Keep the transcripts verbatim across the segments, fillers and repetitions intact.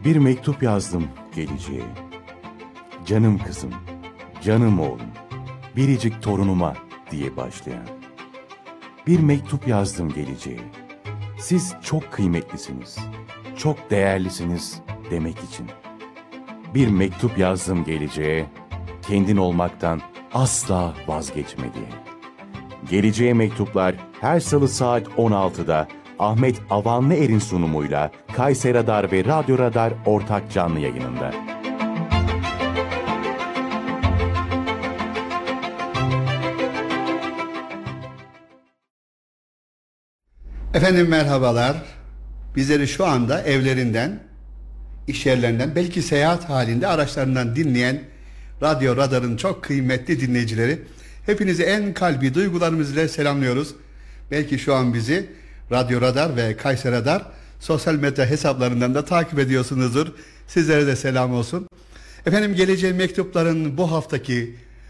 Bir mektup yazdım geleceğe. Canım kızım, canım oğlum, biricik torunuma diye başlayan. Bir mektup yazdım geleceğe. Siz çok kıymetlisiniz, çok değerlisiniz demek için. Bir mektup yazdım geleceğe, kendin olmaktan asla vazgeçme diye. Geleceğe mektuplar her salı saat on altıda Ahmet Avanlıer'in sunumuyla Kayseri Radar ve Radyo Radar ortak canlı yayınında. Efendim merhabalar. Bizleri şu anda evlerinden, iş yerlerinden, belki seyahat halinde araçlarından dinleyen Radyo Radar'ın çok kıymetli dinleyicileri, hepinizi en kalbi duygularımızla selamlıyoruz. Belki şu an bizi Radyo Radar ve Kayseri Radar sosyal medya hesaplarından da takip ediyorsunuzdur. Sizlere de selam olsun. Efendim, geleceğe mektupların bu haftaki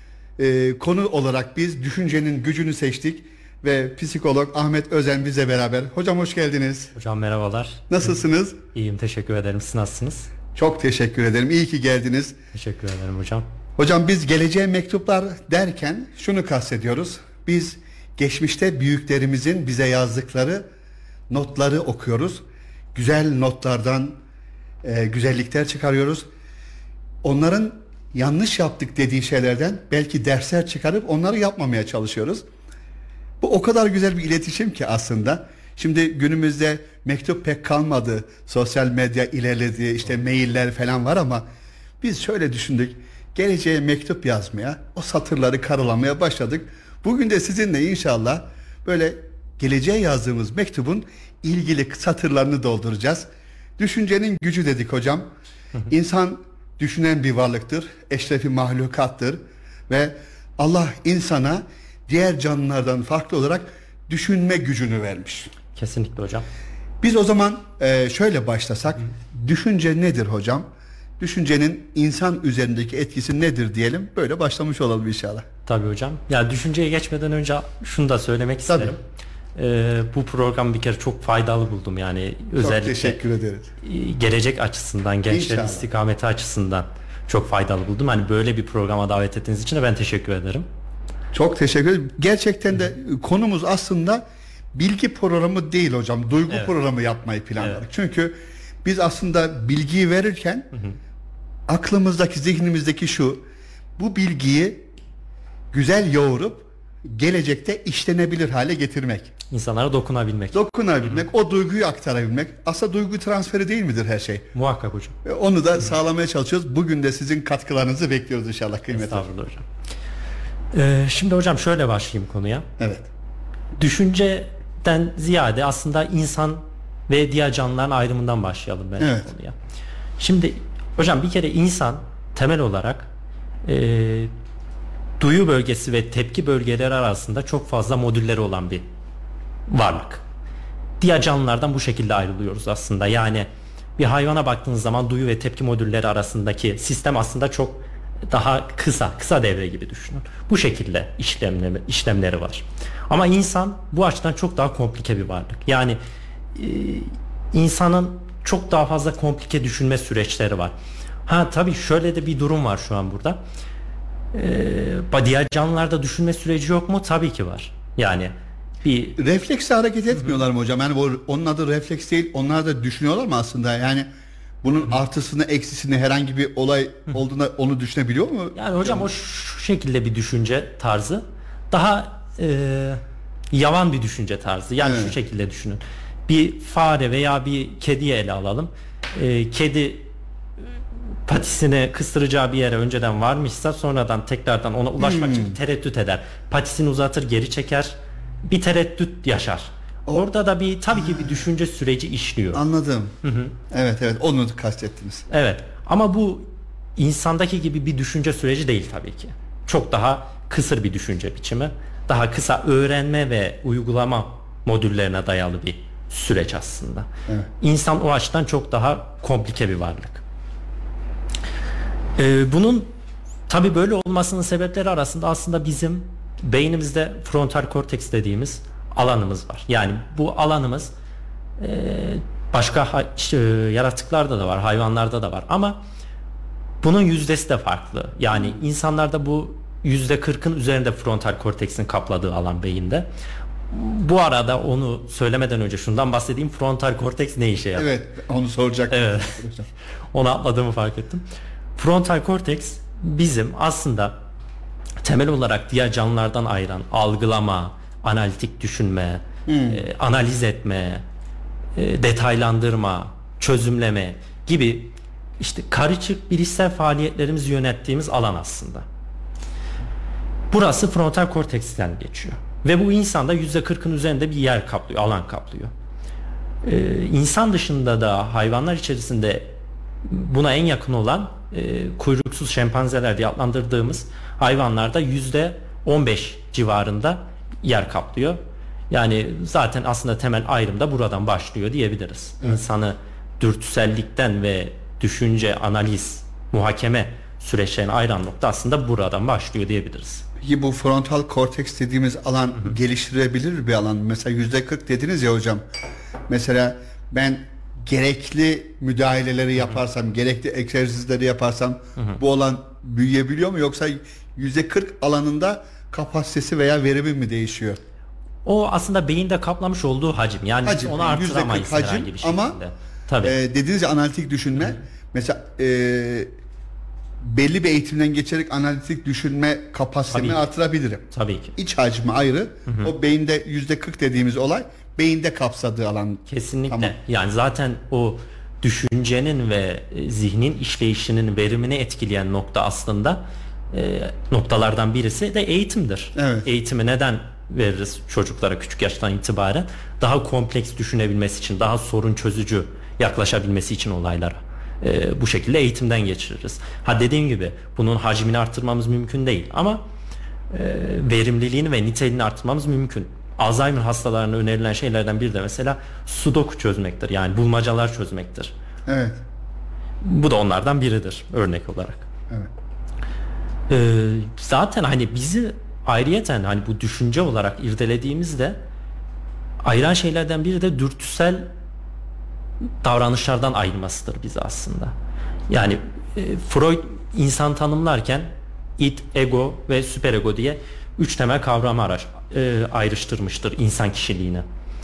e, konu olarak biz düşüncenin gücünü seçtik ve psikolog Ahmet Özen bize beraber. Hocam hoş geldiniz. Hocam merhabalar. Nasılsınız? İyiyim, teşekkür ederim. Siz nasılsınız? Çok teşekkür ederim. İyi ki geldiniz. Teşekkür ederim hocam. Hocam, biz geleceğe mektuplar derken şunu kastediyoruz. Biz geçmişte büyüklerimizin bize yazdıkları notları okuyoruz. Güzel notlardan e, güzellikler çıkarıyoruz. Onların yanlış yaptık dediği şeylerden belki dersler çıkarıp onları yapmamaya çalışıyoruz. Bu o kadar güzel bir iletişim ki aslında. Şimdi günümüzde mektup pek kalmadı. Sosyal medya ilerledi, işte mailler falan var ama biz şöyle düşündük. Geleceğe mektup yazmaya, o satırları karalamaya başladık. Bugün de sizinle inşallah böyle geleceğe yazdığımız mektubun ilgili satırlarını dolduracağız. Düşüncenin gücü dedik hocam. İnsan düşünen bir varlıktır, eşrefi mahlukattır ve Allah insana diğer canlılardan farklı olarak düşünme gücünü vermiş. Kesinlikle hocam. Biz o zaman e, şöyle başlasak, düşünce nedir hocam? Düşüncenin insan üzerindeki etkisi nedir diyelim, böyle başlamış olalım inşallah. Tabii hocam. Ya düşünceye geçmeden önce şunu da söylemek Tabii. isterim. Ee, bu programı bir kere çok faydalı buldum yani, özellikle çok teşekkür ederiz. Gelecek açısından, gençlerin İnşallah. istikameti açısından çok faydalı buldum. Hani böyle bir programa davet ettiğiniz için de ben teşekkür ederim. Çok teşekkür ederim. Gerçekten de konumuz aslında bilgi programı değil hocam. Duygu Evet. programı yapmayı planladık. Evet. Çünkü biz aslında bilgiyi verirken hı hı. aklımızdaki, zihnimizdeki şu: bu bilgiyi güzel yoğurup gelecekte işlenebilir hale getirmek. İnsanlara dokunabilmek. Dokunabilmek, Hı hı. o duyguyu aktarabilmek. Aslında duygu transferi değil midir her şey? Muhakkak hocam. Ve onu da hı hı. sağlamaya çalışıyoruz. Bugün de sizin katkılarınızı bekliyoruz inşallah kıymetli. Estağfurullah hocam. Ee, şimdi hocam şöyle başlayayım konuya. Evet. Düşünceden ziyade aslında insan ve diğer canlıların ayrımından başlayalım ben evet. konuya. Şimdi hocam bir kere insan temel olarak e, duyu bölgesi ve tepki bölgeleri arasında çok fazla modülleri olan bir varlık. Diğer canlılardan bu şekilde ayrılıyoruz aslında. Yani bir hayvana baktığınız zaman duyu ve tepki modülleri arasındaki sistem aslında çok daha kısa, kısa devre gibi düşünün. Bu şekilde işlemleri, işlemleri var. Ama insan bu açıdan çok daha komplike bir varlık. Yani e, insanın çok daha fazla komplike düşünme süreçleri var. Ha tabii şöyle de bir durum var şu an burada. Ee, diğer canlılarda düşünme süreci yok mu? Tabii ki var. Yani bir refleksle hareket etmiyorlar mı hocam? Yani bu, onun adı refleks değil. Onlar da düşünüyorlar mı aslında? Yani bunun Hı-hı. artısını, eksisini, herhangi bir olay Hı-hı. olduğunda onu düşünebiliyor mu? Yani hocam o şu şekilde bir düşünce tarzı. Daha e, yavan bir düşünce tarzı. Yani evet. şu şekilde düşünün. Bir fare veya bir kediyi ele alalım. E, kedi patisini kıstıracağı bir yere önceden varmışsa sonradan tekrardan ona ulaşmak hmm. için tereddüt eder. Patisini uzatır, geri çeker. Bir tereddüt yaşar. O, Orada da bir tabii ki bir düşünce süreci işliyor. Anladım. Hı hı. Evet evet, onu kastettiniz. Evet. Ama bu insandaki gibi bir düşünce süreci değil tabii ki. Çok daha kısır bir düşünce biçimi. Daha kısa öğrenme ve uygulama modüllerine dayalı bir süreç aslında. Evet. İnsan o açıdan çok daha komplike bir varlık. Ee, bunun tabii böyle olmasının sebepleri arasında aslında bizim beynimizde frontal korteks dediğimiz alanımız var. Yani bu alanımız e, Başka ha- işte, yaratıklarda da var, hayvanlarda da var ama bunun yüzdesi de farklı. Yani insanlarda bu yüzde kırkın üzerinde frontal korteksin kapladığı alan beyinde. Bu arada onu söylemeden önce şundan bahsedeyim. Frontal korteks ne işe yarıyor? Evet, onu soracaktım. Evet. Onu atladığımı fark ettim. Frontal korteks bizim aslında temel olarak diğer canlılardan ayıran algılama, analitik düşünme, hmm. e, analiz etme, e, detaylandırma, çözümleme gibi işte karışık bilişsel faaliyetlerimizi yönettiğimiz alan aslında. Burası frontal korteksten geçiyor. Ve bu insanda yüzde kırkın üzerinde bir yer kaplıyor, alan kaplıyor. Ee, insan dışında da hayvanlar içerisinde buna en yakın olan e, kuyruksuz şempanzeler diye adlandırdığımız hayvanlarda yüzde on beş civarında yer kaplıyor. Yani zaten aslında temel ayrım da buradan başlıyor diyebiliriz. Evet. İnsanı dürtüsellikten ve düşünce, analiz, muhakeme süreçlerini ayıran nokta aslında buradan başlıyor diyebiliriz. Peki bu frontal korteks dediğimiz alan hı hı. geliştirebilir bir alan. Mesela yüzde kırk dediniz ya hocam. Mesela ben gerekli müdahaleleri yaparsam, hı hı. gerekli egzersizleri yaparsam hı hı. bu alan büyüyebiliyor mu? Yoksa yüzde kırk alanında kapasitesi veya verimi mi değişiyor? O aslında beyinde kaplamış olduğu hacim. Yani hacim, onu artıramayız hacim, herhangi bir şekilde. Ama tabii. E, dediğiniz ya analitik düşünme. Hı. Mesela e, belli bir eğitimden geçerek analitik düşünme kapasitemi artırabilirim. Tabii ki. İç hacmi ayrı. Hı hı. O beyinde yüzde kırk dediğimiz olay beyinde kapsadığı alan. Kesinlikle. Tamam. Yani zaten o düşüncenin ve zihnin işleyişinin verimini etkileyen nokta aslında e, noktalardan birisi de eğitimdir. Evet. Eğitimi neden veririz çocuklara küçük yaştan itibaren? Daha kompleks düşünebilmesi için, daha sorun çözücü yaklaşabilmesi için olaylara. Ee, bu şekilde eğitimden geçiririz. Ha dediğim gibi bunun hacmini arttırmamız mümkün değil ama e, verimliliğini ve niteliğini arttırmamız mümkün. Alzheimer hastalarına önerilen şeylerden biri de mesela sudoku çözmektir. Yani bulmacalar çözmektir. Evet. Bu da onlardan biridir örnek olarak. Evet. Ee, zaten hani bizi ayrıyeten hani bu düşünce olarak irdelediğimizde ayıran şeylerden biri de dürtüsel davranışlardan ayırmasıdır bizi aslında. Yani e, Freud insan tanımlarken id, ego ve süperego diye üç temel kavramı araç, e, ayrıştırmıştır insan kişiliğini.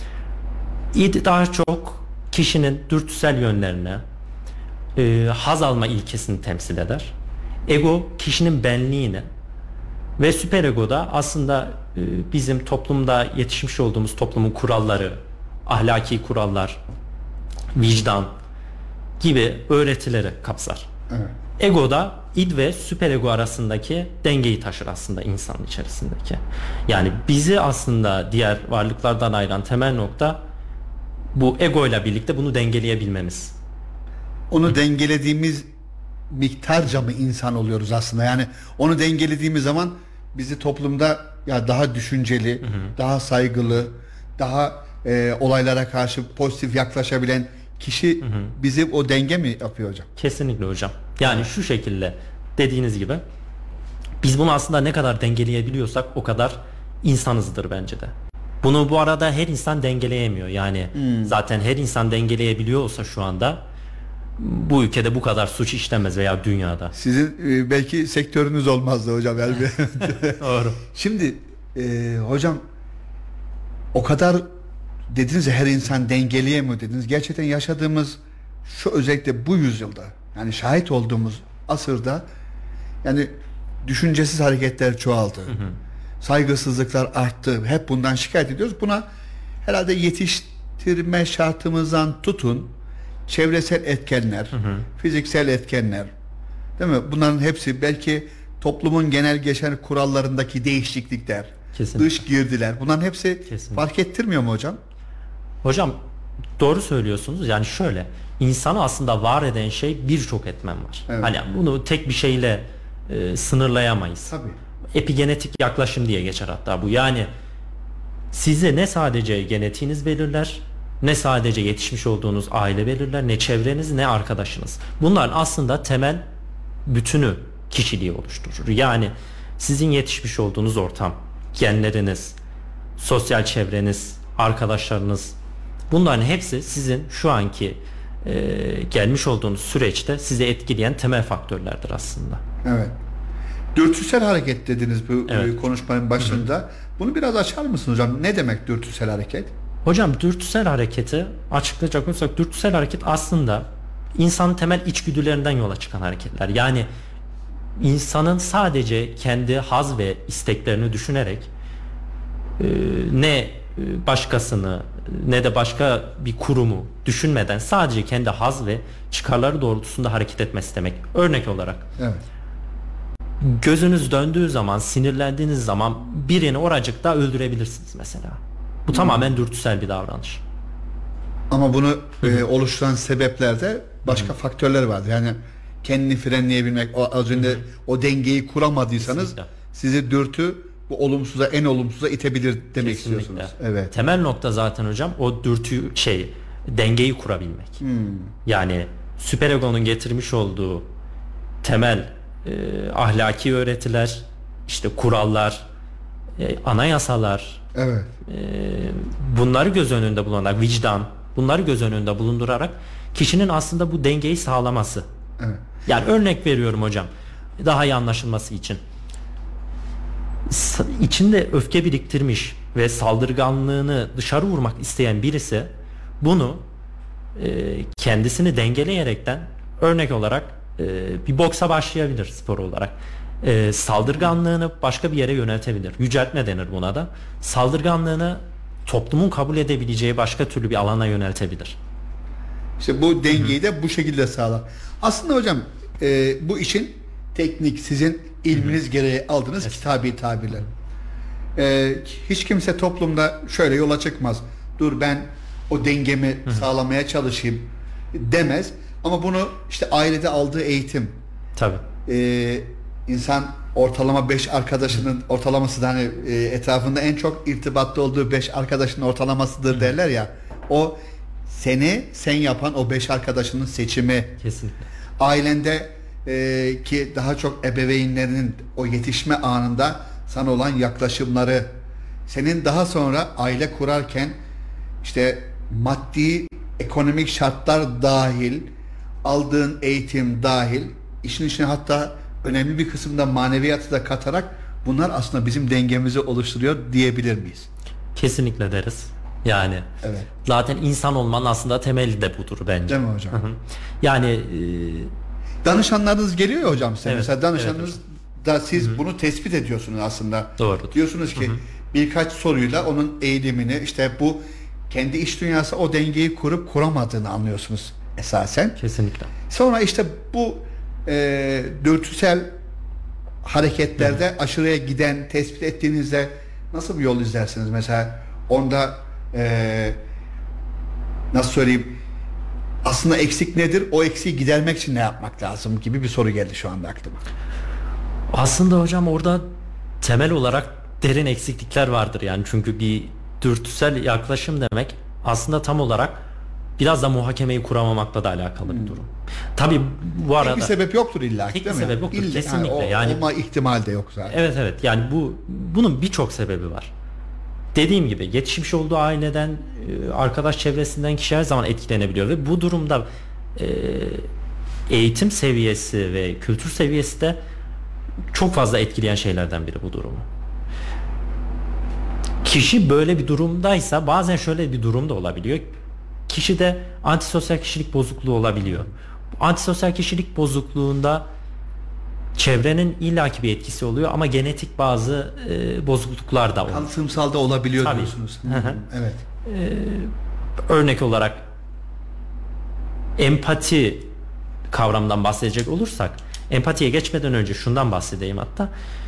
İd daha çok kişinin dürtüsel yönlerine, e, haz alma ilkesini temsil eder. Ego kişinin benliğini ve süperego da aslında e, bizim toplumda yetişmiş olduğumuz toplumun kuralları, ahlaki kurallar, vicdan gibi öğretileri kapsar. Evet. Ego da id ve süperego arasındaki dengeyi taşır aslında insanın içerisindeki. Yani bizi aslında diğer varlıklardan ayıran temel nokta bu ego ile birlikte bunu dengeleyebilmemiz. Onu Hı. dengelediğimiz miktarca mı insan oluyoruz aslında? Yani onu dengelediğimiz zaman bizi toplumda ya daha düşünceli, Hı. daha saygılı, daha e, olaylara karşı pozitif yaklaşabilen kişi hı hı. bizi o denge mi yapıyor hocam? Kesinlikle hocam. Yani şu şekilde dediğiniz gibi biz bunu aslında ne kadar dengeleyebiliyorsak o kadar insanızdır bence de. Bunu bu arada her insan dengeleyemiyor. Yani hmm. zaten her insan dengeleyebiliyor olsa şu anda bu ülkede bu kadar suç işlemez veya dünyada. Sizin e, belki sektörünüz olmazdı hocam. Doğru. Şimdi e, hocam o kadar dediniz ya her insan dengeleyemiyor dediniz. Gerçekten yaşadığımız şu özellikle bu yüzyılda yani şahit olduğumuz asırda yani düşüncesiz hareketler çoğaldı. Hı hı. Saygısızlıklar arttı. Hep bundan şikayet ediyoruz. Buna herhalde yetiştirme şartımızdan tutun çevresel etkenler, hı hı. fiziksel etkenler değil mi? Bunların hepsi belki toplumun genel geçer kurallarındaki değişiklikler, Kesinlikle. dış girdiler. Bunların hepsi Kesinlikle. fark ettirmiyor mu hocam? Hocam doğru söylüyorsunuz. Yani şöyle insanı aslında var eden şey birçok etmen var. Evet. Hani bunu tek bir şeyle e, sınırlayamayız. Tabii. Epigenetik yaklaşım diye geçer hatta bu. Yani size ne sadece genetiğiniz belirler, ne sadece yetişmiş olduğunuz aile belirler, ne çevreniz ne arkadaşınız. Bunlar aslında temel bütünü kişiliği oluşturur. Yani sizin yetişmiş olduğunuz ortam, genleriniz, sosyal çevreniz, arkadaşlarınız, Bunların hepsi sizin şu anki e, gelmiş olduğunuz süreçte sizi etkileyen temel faktörlerdir aslında. Evet. Dürtüsel hareket dediniz bu Evet. konuşmanın başında. Hı hı. Bunu biraz açar mısınız hocam? Ne demek dürtüsel hareket? Hocam dürtüsel hareketi açıklayacak olursak dürtüsel hareket aslında insanın temel içgüdülerinden yola çıkan hareketler. Yani insanın sadece kendi haz ve isteklerini düşünerek e, ne başkasını ne de başka bir kurumu düşünmeden sadece kendi haz ve çıkarları doğrultusunda hareket etmesi demek. Örnek olarak evet. gözünüz döndüğü zaman, sinirlendiğiniz zaman birini oracıkta öldürebilirsiniz mesela. Bu hmm. tamamen dürtüsel bir davranış. Ama bunu e, oluşturan sebeplerde başka Hı-hı. faktörler vardır. Yani kendini frenleyebilmek, o, az önce Hı-hı. o dengeyi kuramadıysanız Kesinlikle. sizi dürtü bu olumsuza, en olumsuza itebilir demek Kesinlikle. istiyorsunuz. Evet. Temel nokta zaten hocam o dürtü şey dengeyi kurabilmek. Hmm. Yani süperegonun getirmiş olduğu temel e, ahlaki öğretiler, işte kurallar, e, anayasalar, evet. e, bunları göz önünde bulundurarak, vicdan, bunları göz önünde bulundurarak kişinin aslında bu dengeyi sağlaması. Evet. Yani örnek veriyorum hocam, daha iyi anlaşılması için. İçinde öfke biriktirmiş ve saldırganlığını dışarı vurmak isteyen birisi bunu e, kendisini dengeleyerekten örnek olarak e, bir boksa başlayabilir spor olarak. E, saldırganlığını başka bir yere yöneltebilir. Yüceltme denir buna da. Saldırganlığını toplumun kabul edebileceği başka türlü bir alana yöneltebilir. İşte bu dengeyi Hı-hı. de bu şekilde sağlar. Aslında hocam e, bu işin teknik sizin ilminiz Hı-hı. gereği aldığınız evet. kitabi tabirler. Ee, hiç kimse toplumda şöyle yola çıkmaz. Dur ben o dengemi Hı-hı. sağlamaya çalışayım demez. Ama bunu işte ailede aldığı eğitim. Tabii. Ee, insan ortalama beş arkadaşının Hı-hı. ortalaması da hani e, etrafında en çok irtibatlı olduğu beş arkadaşının ortalamasıdır Hı-hı. derler ya. O seni sen yapan o beş arkadaşının seçimi. Kesinlikle. Ailende Ee, ki daha çok ebeveynlerinin o yetişme anında sana olan yaklaşımları, senin daha sonra aile kurarken işte maddi ekonomik şartlar dahil aldığın eğitim dahil işin içine hatta önemli bir kısımda maneviyatı da katarak bunlar aslında bizim dengemizi oluşturuyor diyebilir miyiz? Kesinlikle deriz. Yani evet. zaten insan olmanın aslında temeli de budur bence. Değil mi hocam? Hı hı. Yani e, danışanlarınız geliyor ya hocam size. Evet, mesela danışanınız evet da siz Hı-hı. bunu tespit ediyorsunuz aslında. Doğru. Diyorsunuz ki Hı-hı. birkaç soruyla onun eğilimini işte bu kendi iş dünyası o dengeyi kurup kuramadığını anlıyorsunuz esasen. Kesinlikle. Sonra işte bu e, dürtüsel hareketlerde Hı-hı. aşırıya giden tespit ettiğinizde nasıl bir yol izlersiniz? Mesela onda e, nasıl söyleyeyim aslında eksik nedir? O eksiği gidermek için ne yapmak lazım gibi bir soru geldi şu anda aklıma. Aslında hocam orada temel olarak derin eksiklikler vardır yani. Çünkü bir dürtüsel yaklaşım demek aslında tam olarak biraz da muhakemeyi kuramamakla da alakalı bir durum. Tabii bu arada tek bir sebep yoktur illa ki, tek değil bir mi? sebep yoktur İlla, kesinlikle. Yani, o, yani olma ihtimali de yok zaten. Evet evet. Yani bu bunun birçok sebebi var. Dediğim gibi yetişmiş olduğu aileden, arkadaş çevresinden kişi her zaman etkilenebiliyor ve bu durumda e, eğitim seviyesi ve kültür seviyesi de çok fazla etkileyen şeylerden biri bu durumu. Kişi böyle bir durumdaysa bazen şöyle bir durum da olabiliyor. Kişide antisosyal kişilik bozukluğu olabiliyor. Antisosyal kişilik bozukluğunda çevrenin illaki bir etkisi oluyor ama genetik bazı e, bozukluklar da oluyor. Kalıtsal da olabiliyor Tabii. diyorsunuz. Hı hı. Evet. Ee, örnek olarak empati kavramından bahsedecek olursak, empatiye geçmeden önce şundan bahsedeyim hatta.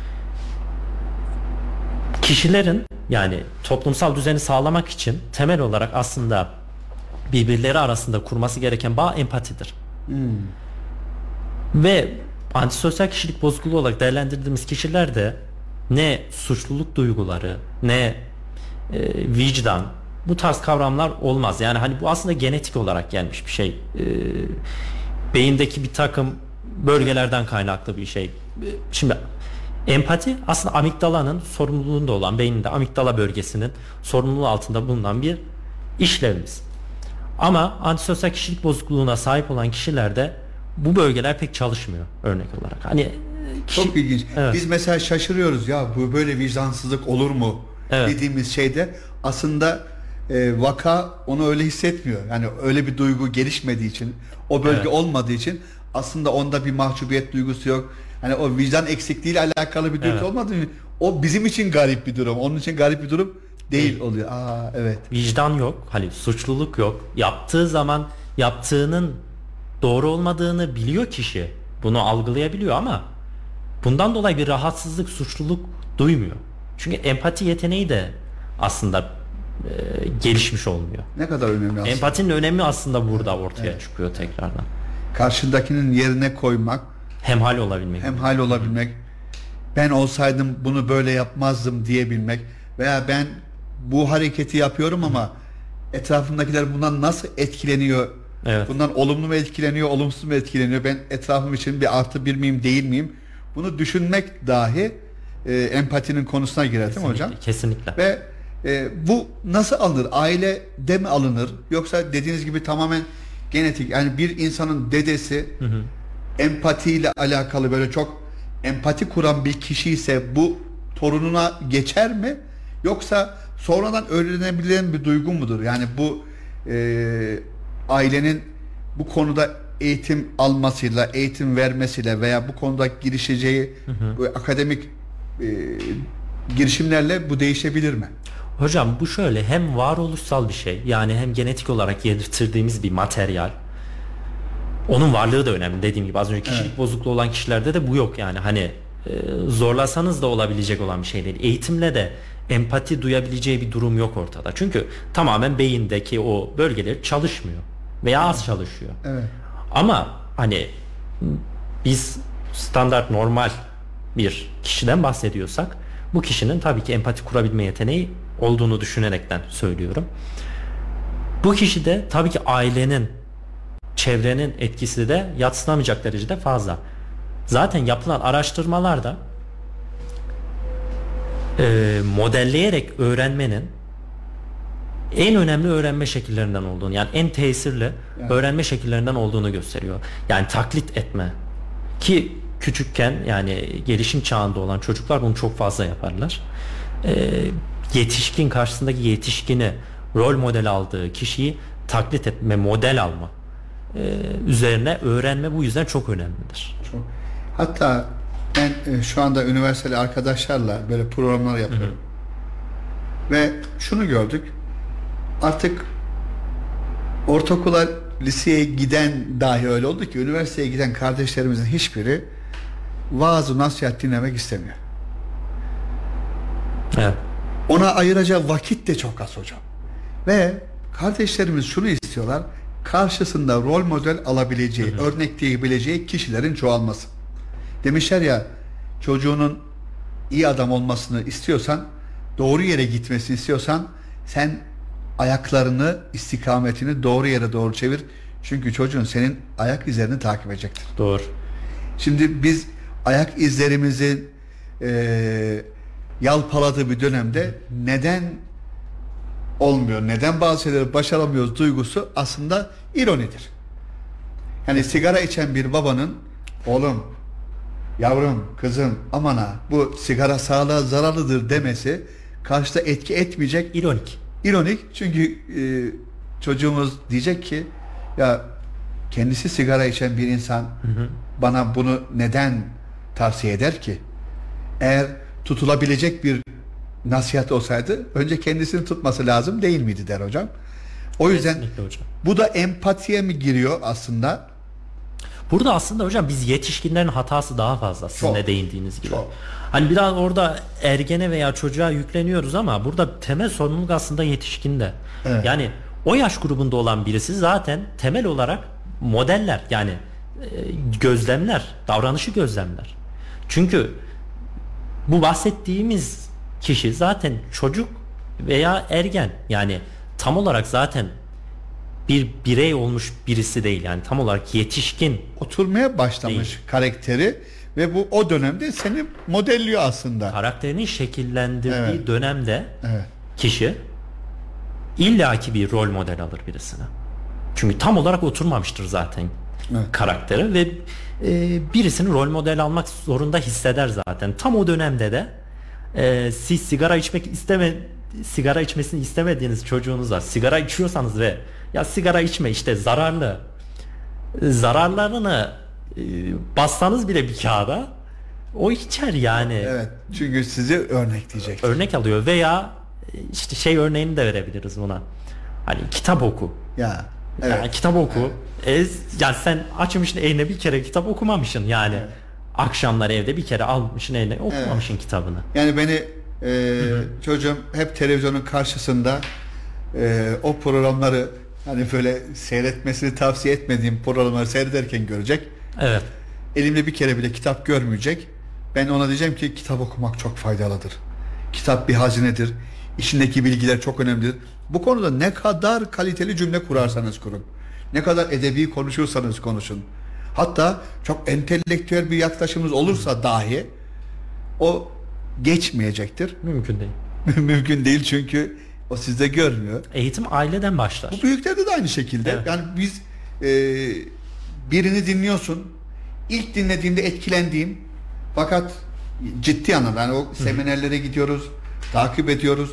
Kişilerin yani toplumsal düzeni sağlamak için temel olarak aslında birbirleri arasında kurması gereken bağ empatidir. Hmm. Ve antisosyal kişilik bozukluğu olarak değerlendirdiğimiz kişilerde ne suçluluk duyguları ne e, vicdan bu tarz kavramlar olmaz. Yani hani bu aslında genetik olarak gelmiş bir şey. E, beyindeki bir takım bölgelerden kaynaklı bir şey. E, şimdi empati aslında amigdalanın sorumluluğunda olan beyninde amigdala bölgesinin sorumluluğu altında bulunan bir işlevimiz. Ama antisosyal kişilik bozukluğuna sahip olan kişilerde bu bölgeler pek çalışmıyor örnek olarak. Hani kişi, çok ilginç. Evet. Biz mesela şaşırıyoruz ya, bu böyle vicdansızlık olur mu Evet. dediğimiz şeyde aslında e, vaka onu öyle hissetmiyor. Yani öyle bir duygu gelişmediği için, o bölge Evet. olmadığı için aslında onda bir mahcubiyet duygusu yok. Hani o vicdan eksikliğiyle alakalı bir duygu Evet. olmadığı için o bizim için garip bir durum. Onun için garip bir durum değil oluyor. Aa evet. Vicdan yok, hani suçluluk yok. Yaptığı zaman yaptığının doğru olmadığını biliyor kişi. Bunu algılayabiliyor ama bundan dolayı bir rahatsızlık, suçluluk duymuyor. Çünkü empati yeteneği de aslında e, gelişmiş olmuyor. Ne kadar önemli aslında. Empatinin önemi aslında burada ortaya Evet. çıkıyor tekrardan. Karşındakinin yerine koymak, Hemhal olabilmek. hemhal olabilmek, ben olsaydım bunu böyle yapmazdım diyebilmek veya ben bu hareketi yapıyorum ama etrafımdakiler bundan nasıl etkileniyor? Evet. Bundan olumlu mu etkileniyor, olumsuz mu etkileniyor? Ben etrafım için bir artı bir miyim, değil miyim? Bunu düşünmek dahi e, empatinin konusuna girer, değil mi hocam? Kesinlikle. Ve e, bu nasıl alınır? Ailede mi alınır? Yoksa dediğiniz gibi tamamen genetik. Yani bir insanın dedesi Hı hı. empatiyle alakalı böyle çok empati kuran bir kişi ise bu torununa geçer mi? Yoksa sonradan öğrenebilen bir duygu mudur? Yani bu e, ailenin bu konuda eğitim almasıyla, eğitim vermesiyle veya bu konuda girişeceği Hı hı. bu akademik e, girişimlerle bu değişebilir mi? Hocam bu şöyle, hem varoluşsal bir şey, yani hem genetik olarak yedirttirdiğimiz bir materyal. Onun varlığı da önemli, dediğim gibi az önce kişilik Evet. bozukluğu olan kişilerde de bu yok yani, hani e, zorlasanız da olabilecek olan bir şey değil. Eğitimle de empati duyabileceği bir durum yok ortada. Çünkü tamamen beyindeki o bölgeler çalışmıyor veya az çalışıyor. Evet. Ama hani biz standart normal bir kişiden bahsediyorsak bu kişinin tabii ki empati kurabilme yeteneği olduğunu düşünerekten söylüyorum. Bu kişide tabii ki ailenin, çevrenin etkisi de yadsınamayacak derecede fazla. Zaten yapılan araştırmalarda e, modelleyerek öğrenmenin en önemli öğrenme şekillerinden olduğunu, yani en tesirli Yani. öğrenme şekillerinden olduğunu gösteriyor. Yani taklit etme, ki küçükken yani gelişim çağında olan çocuklar bunu çok fazla yaparlar. Ee, yetişkin karşısındaki yetişkini rol model aldığı kişiyi taklit etme, model alma ee, üzerine öğrenme bu yüzden çok önemlidir. Çok. Hatta ben e, şu anda üniversiteli arkadaşlarla böyle programlar yapıyorum. Hı hı. Ve şunu gördük. Artık ortaokula, liseye giden dahi öyle oldu ki üniversiteye giden kardeşlerimizin hiçbiri vaaz-ı nasihat dinlemek istemiyor. Evet. Ona ayıracağı vakit de çok az hocam. Ve kardeşlerimiz şunu istiyorlar. Karşısında rol model alabileceği, hı hı. örnekleyebileceği kişilerin çoğalması. Demişler ya, çocuğunun iyi adam olmasını istiyorsan, doğru yere gitmesini istiyorsan sen ayaklarını, istikametini doğru yere doğru çevir. Çünkü çocuğun senin ayak izlerini takip edecektir. Doğru. Şimdi biz ayak izlerimizi e, yalpaladığı bir dönemde neden olmuyor, neden bazı şeyleri başaramıyoruz duygusu aslında ironidir. Yani sigara içen bir babanın oğlum, yavrum, kızım aman ha bu sigara sağlığa zararlıdır demesi karşıda etki etmeyecek. İronik. İronik, çünkü e, çocuğumuz diyecek ki ya kendisi sigara içen bir insan hı hı. bana bunu neden tavsiye eder ki? Eğer tutulabilecek bir nasihat olsaydı önce kendisini tutması lazım değil miydi der hocam. O yüzden hocam. Bu da empatiye mi giriyor aslında? Burada aslında hocam biz yetişkinlerin hatası daha fazla, sizin çok, de değindiğiniz gibi. Çok. Hani biraz orada ergene veya çocuğa yükleniyoruz ama burada temel sorumluluk aslında yetişkinde. Evet. Yani o yaş grubunda olan birisi zaten temel olarak modeller, yani gözlemler, davranışı gözlemler. Çünkü bu bahsettiğimiz kişi zaten çocuk veya ergen, yani tam olarak zaten bir birey olmuş birisi değil, yani tam olarak yetişkin oturmaya başlamış değil. Karakteri ve bu o dönemde seni modelliyor aslında. Karakterini şekillendirdiği evet. dönemde evet. kişi illaki bir rol model alır birisine. Çünkü tam olarak oturmamıştır zaten evet. karakteri ve e, birisini rol model almak zorunda hisseder zaten. Tam o dönemde de e, siz sigara içmek isteme sigara içmesini istemediğiniz çocuğunuza sigara içiyorsanız ve ya sigara içme işte zararlı zararlarını e, bassanız bile bir kağıda o içer yani. Evet. Çünkü sizi örnekleyecek. Örnek alıyor veya işte şey örneğini de verebiliriz buna. Hani kitap oku. Ya. Evet. Yani kitap oku. Evet. E, yani sen açmışsın eline bir kere kitap okumamışsın yani. Evet. Akşamlar evde bir kere almışsın eline okumamışsın evet. kitabını. Yani beni e, çocuğum hep televizyonun karşısında e, o programları hani böyle seyretmesini tavsiye etmediğim programları seyrederken görecek. Evet. Elimde bir kere bile kitap görmeyecek. Ben ona diyeceğim ki kitap okumak çok faydalıdır. Kitap bir hazinedir. İçindeki bilgiler çok önemlidir. Bu konuda ne kadar kaliteli cümle kurarsanız kurun. Ne kadar edebi konuşursanız konuşun. Hatta çok entelektüel bir yaklaşımınız olursa dahi o geçmeyecektir. Mümkün değil. Mümkün değil çünkü o sizde görmüyor. Eğitim aileden başlar. Bu büyüklerde de aynı şekilde. Evet. Yani biz e, birini dinliyorsun. İlk dinlediğimde etkilendiğim fakat ciddi anlamda yani o seminerlere gidiyoruz, takip ediyoruz.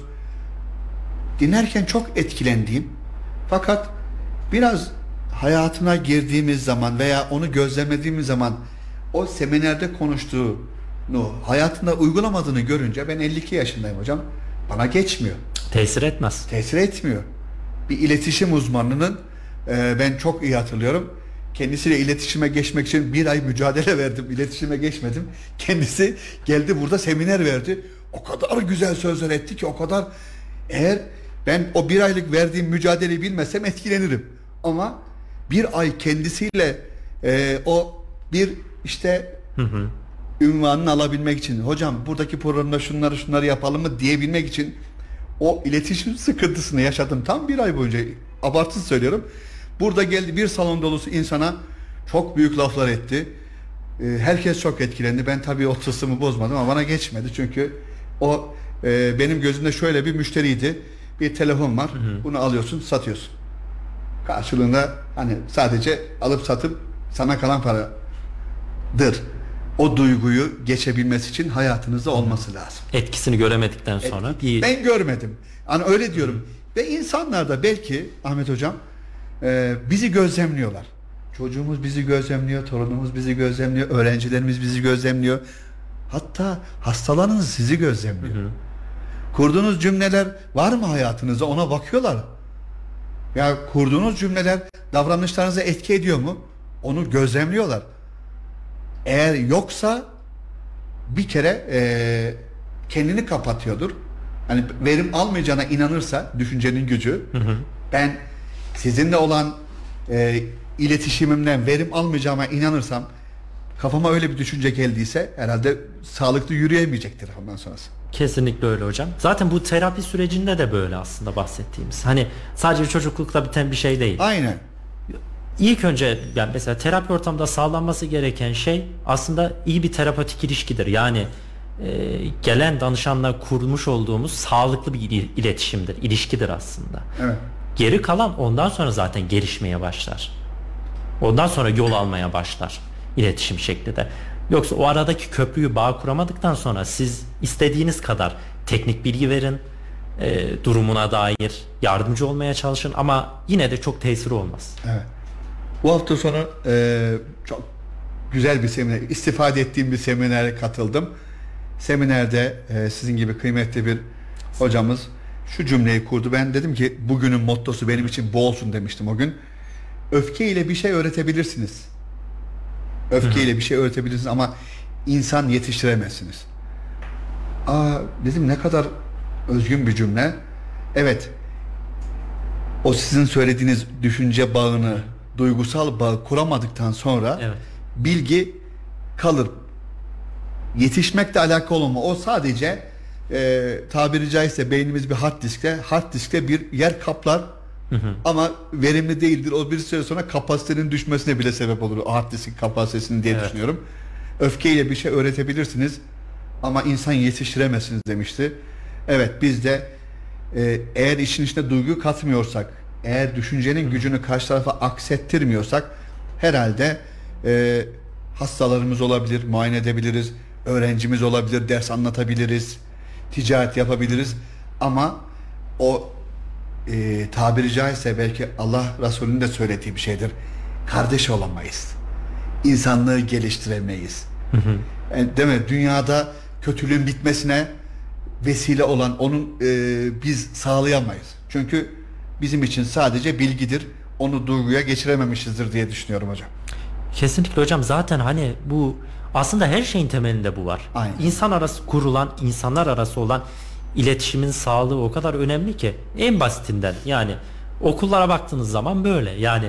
Dinlerken çok etkilendiğim fakat biraz hayatına girdiğimiz zaman veya onu gözlemlediğimiz zaman o seminerde konuştuğunu hayatında uygulamadığını görünce ben elli iki yaşındayım hocam. Bana geçmiyor. Tesir etmez. Tesir etmiyor. Bir iletişim uzmanının e, ben çok iyi hatırlıyorum. Kendisiyle iletişime geçmek için bir ay mücadele verdim. İletişime geçmedim. Kendisi geldi burada seminer verdi. O kadar güzel sözler etti ki o kadar eğer ben o bir aylık verdiğim mücadeleyi bilmesem etkilenirim. Ama bir ay kendisiyle e, o bir işte hı hı. ünvanını alabilmek için hocam buradaki programda şunları şunları yapalım mı diyebilmek için o iletişim sıkıntısını yaşadım tam bir ay boyunca. Abartısız söylüyorum. Burada geldi bir salon dolusu insana çok büyük laflar etti. Ee, herkes çok etkilendi. Ben tabii o tılsımı bozmadım ama bana geçmedi. Çünkü o e, benim gözümde şöyle bir müşteriydi. Bir telefon var. Hı hı. Bunu alıyorsun, satıyorsun. Karşılığında hani sadece alıp satıp sana kalan paradır. O duyguyu geçebilmesi için hayatınızda olması lazım. Etkisini göremedikten sonra. Etki. Bir... Ben görmedim. Hani öyle diyorum. Hı. Ve insanlar da belki Ahmet Hocam Ee, bizi gözlemliyorlar. Çocuğumuz bizi gözlemliyor, torunumuz bizi gözlemliyor, öğrencilerimiz bizi gözlemliyor. Hatta hastalarınız sizi gözlemliyor. Hı hı. Kurduğunuz cümleler var mı hayatınızda? Ona bakıyorlar. Ya kurduğunuz cümleler davranışlarınıza etki ediyor mu? Onu gözlemliyorlar. Eğer yoksa bir kere e, kendini kapatıyordur. Hani verim almayacağına inanırsa düşüncenin gücü. Hı hı. Ben sizinle olan e, iletişimimden verim almayacağıma inanırsam kafama öyle bir düşünce geldiyse herhalde sağlıklı yürüyemeyecektir ondan sonrası. Kesinlikle öyle hocam. Zaten bu terapi sürecinde de böyle aslında bahsettiğimiz. Hani sadece çocuklukta biten bir şey değil. Aynen. İlk önce yani mesela terapi ortamında sağlanması gereken şey aslında iyi bir terapötik ilişkidir. Yani e, gelen danışanla kurmuş olduğumuz sağlıklı bir iletişimdir, ilişkidir aslında. Evet. Geri kalan ondan sonra zaten gelişmeye başlar. Ondan sonra yol almaya başlar iletişim şeklinde. Yoksa o aradaki köprüyü bağ kuramadıktan sonra siz istediğiniz kadar teknik bilgi verin, e, durumuna dair yardımcı olmaya çalışın ama yine de çok tesiri olmaz. Evet. Bu hafta sonu e, çok güzel bir seminer, istifade ettiğim bir seminere katıldım. Seminerde e, sizin gibi kıymetli bir hocamız şu cümleyi kurdu. Ben dedim ki bugünün mottosu benim için bu olsun demiştim o gün. Öfkeyle bir şey öğretebilirsiniz. Öfkeyle bir şey öğretebilirsiniz ama insan yetiştiremezsiniz. Aa dedim ne kadar özgün bir cümle. Evet. O sizin söylediğiniz düşünce bağını, duygusal bağı kuramadıktan sonra evet. bilgi kalır. Yetişmekle alakalı olma. O sadece e, tabiri caizse beynimiz bir hard diskte, hard diskte bir yer kaplar. Hı hı. Ama verimli değildir. O bir süre sonra kapasitenin düşmesine bile sebep olur. Hard diskin kapasitesini diye evet. düşünüyorum. Öfkeyle bir şey öğretebilirsiniz ama insan yetiştiremezsiniz demişti. Evet biz de e, eğer işin içine duygu katmıyorsak, eğer düşüncenin gücünü karşı tarafa aksettirmiyorsak herhalde e, hastalarımız olabilir, muayene edebiliriz, öğrencimiz olabilir, ders anlatabiliriz, ticaret yapabiliriz ama o e, tabiri caizse belki Allah Resulü'nün de söylediği bir şeydir. Kardeş olamayız. İnsanlığı geliştiremeyiz. Hı hı. Yani, değil mi? Dünyada kötülüğün bitmesine vesile olan onun e, biz sağlayamayız. Çünkü bizim için sadece bilgidir. Onu duyguya geçirememişizdir diye düşünüyorum hocam. Kesinlikle hocam, zaten hani bu aslında her şeyin temelinde bu var. Aynen. İnsan arası kurulan, insanlar arası olan iletişimin sağlığı o kadar önemli ki, en basitinden yani okullara baktığınız zaman böyle. Yani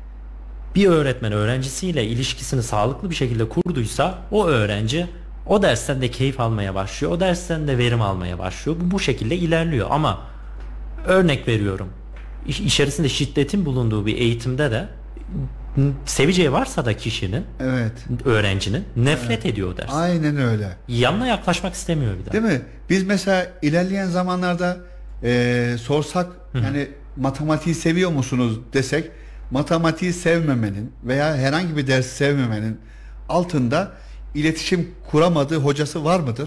bir öğretmen öğrencisiyle ilişkisini sağlıklı bir şekilde kurduysa o öğrenci o dersten de keyif almaya başlıyor. O dersten de verim almaya başlıyor. Bu bu şekilde ilerliyor. Ama örnek veriyorum, İç- içerisinde şiddetin bulunduğu bir eğitimde de seveceği varsa da kişinin, evet, öğrencinin nefret evet. ediyor o ders. Aynen öyle. Yanına yaklaşmak istemiyor bir daha. Değil mi? Biz mesela ilerleyen zamanlarda e, sorsak Hı-hı. yani matematiği seviyor musunuz desek, matematiği sevmemenin veya herhangi bir ders sevmemenin altında iletişim kuramadığı hocası var mıdır?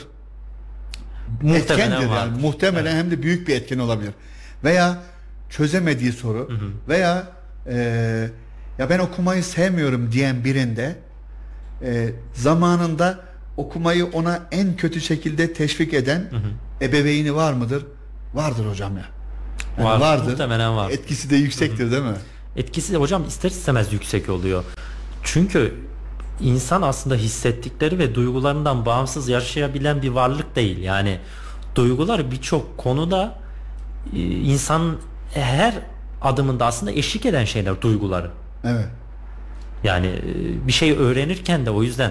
Muhtemelen Etkendir vardır. yani. Muhtemelen evet. hem de büyük bir etken olabilir. Veya çözemediği soru Hı-hı. veya e, ya ben okumayı sevmiyorum diyen birinde e, zamanında okumayı ona en kötü şekilde teşvik eden hı hı. ebeveyni var mıdır? Vardır hocam ya. Yani var, vardır. Muhtemelen var. Etkisi de yüksektir, hı hı. değil mi? Etkisi de hocam ister istemez yüksek oluyor. Çünkü insan aslında hissettikleri ve duygularından bağımsız yaşayabilen bir varlık değil. Yani duygular birçok konuda e, insanın her adımında aslında eşlik eden şeyler, duyguları. Evet. Yani bir şey öğrenirken de o yüzden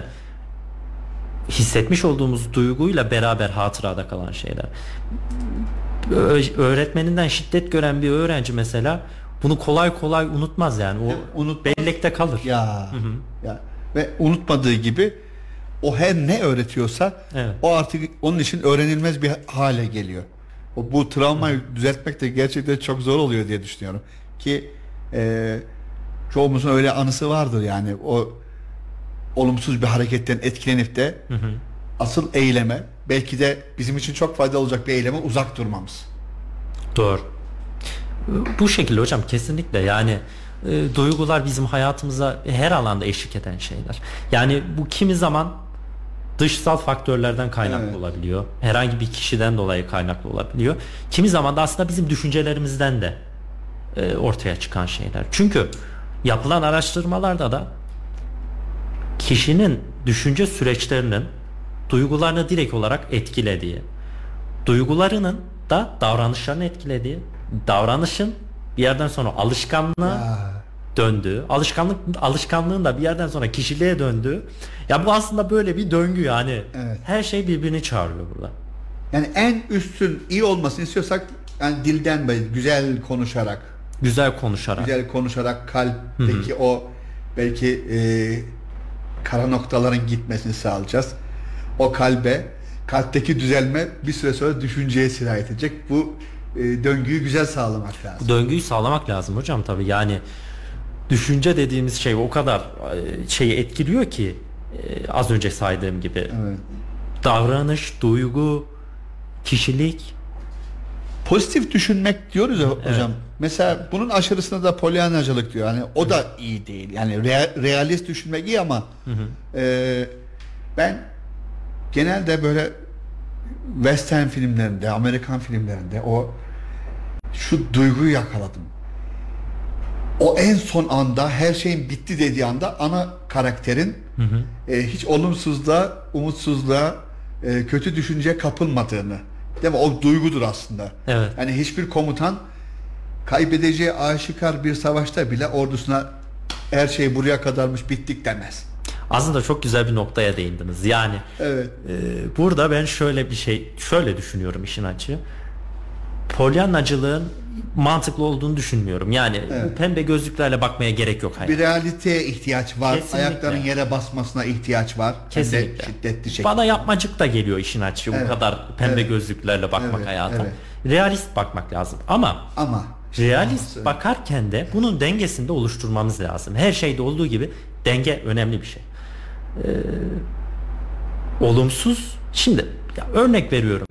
hissetmiş olduğumuz duyguyla beraber hatırada kalan şeyler. Öğretmeninden şiddet gören bir öğrenci mesela bunu kolay kolay unutmaz yani. O unut bellekte kalır. Ya. Hı hı. Ya ve unutmadığı gibi o her ne öğretiyorsa evet. o artık onun için öğrenilmez bir hale geliyor. O bu travmayı hı. düzeltmek de gerçekten çok zor oluyor diye düşünüyorum ki eee çoğumuzun öyle anısı vardır yani, o olumsuz bir hareketten etkilenip de hı hı. asıl eyleme, belki de bizim için çok faydalı olacak bir eyleme uzak durmamız. Doğru. Bu şekilde hocam, kesinlikle yani e, duygular bizim hayatımıza her alanda eşlik eden şeyler. Yani bu kimi zaman dışsal faktörlerden kaynaklı evet. olabiliyor. Herhangi bir kişiden dolayı kaynaklı olabiliyor. Kimi zaman da aslında bizim düşüncelerimizden de e, ortaya çıkan şeyler. Çünkü yapılan araştırmalarda da kişinin düşünce süreçlerinin duygularını direkt olarak etkilediği, duygularının da davranışlarını etkilediği, davranışın bir yerden sonra alışkanlığa ya. döndüğü, alışkanlık alışkanlığın da bir yerden sonra kişiliğe döndüğü. Ya bu aslında böyle bir döngü yani. Evet. Her şey birbirini çağırıyor burada. Yani en üstün iyi olmasını istiyorsak yani dilden böyle güzel konuşarak, güzel konuşarak, güzel konuşarak kalpteki Hı-hı. o belki e, kara noktaların gitmesini sağlayacağız. O kalbe, kalpteki düzelme bir süre sonra düşünceye sirayet edecek. Bu e, döngüyü güzel sağlamak lazım. Bu döngüyü sağlamak lazım hocam tabii. Yani düşünce dediğimiz şey o kadar e, şeyi etkiliyor ki e, az önce saydığım gibi. Evet. Davranış, duygu, kişilik. Pozitif düşünmek diyoruz ya hocam. Evet. Mesela bunun aşırısına da polyanacılık diyor. Yani o da iyi değil. Yani rea- realist düşünmek iyi ama hı hı. E, ben genelde böyle western filmlerinde, Amerikan filmlerinde o şu duyguyu yakaladım. O en son anda, her şeyin bitti dediği anda ana karakterin hı hı. E, hiç olumsuzluğa, umutsuzluğa, e, kötü düşünceye kapılmadığını, değil mi? O duygudur aslında. Evet. Yani hiçbir komutan kaybedeceği aşikar bir savaşta bile ordusuna her şey buraya kadarmış, bittik demez. Aslında çok güzel bir noktaya değindiniz. Yani evet. e, burada ben şöyle bir şey, şöyle düşünüyorum işin açığı. Polyanacılığın mantıklı olduğunu düşünmüyorum. Yani evet. bu pembe gözlüklerle bakmaya gerek yok hayata. Bir realiteye ihtiyaç var. Kesinlikle. Ayakların yere basmasına ihtiyaç var. Kesinlikle. Şiddetli şekilde. Bana yapmacık da geliyor işin açığı. Evet. Bu kadar pembe evet. gözlüklerle bakmak evet. hayata. Evet. Realist bakmak lazım. Ama ama Realist Olması. bakarken de bunun dengesini de oluşturmamız lazım. Her şeyde olduğu gibi denge önemli bir şey. Ee, olumsuz. Şimdi ya örnek veriyorum.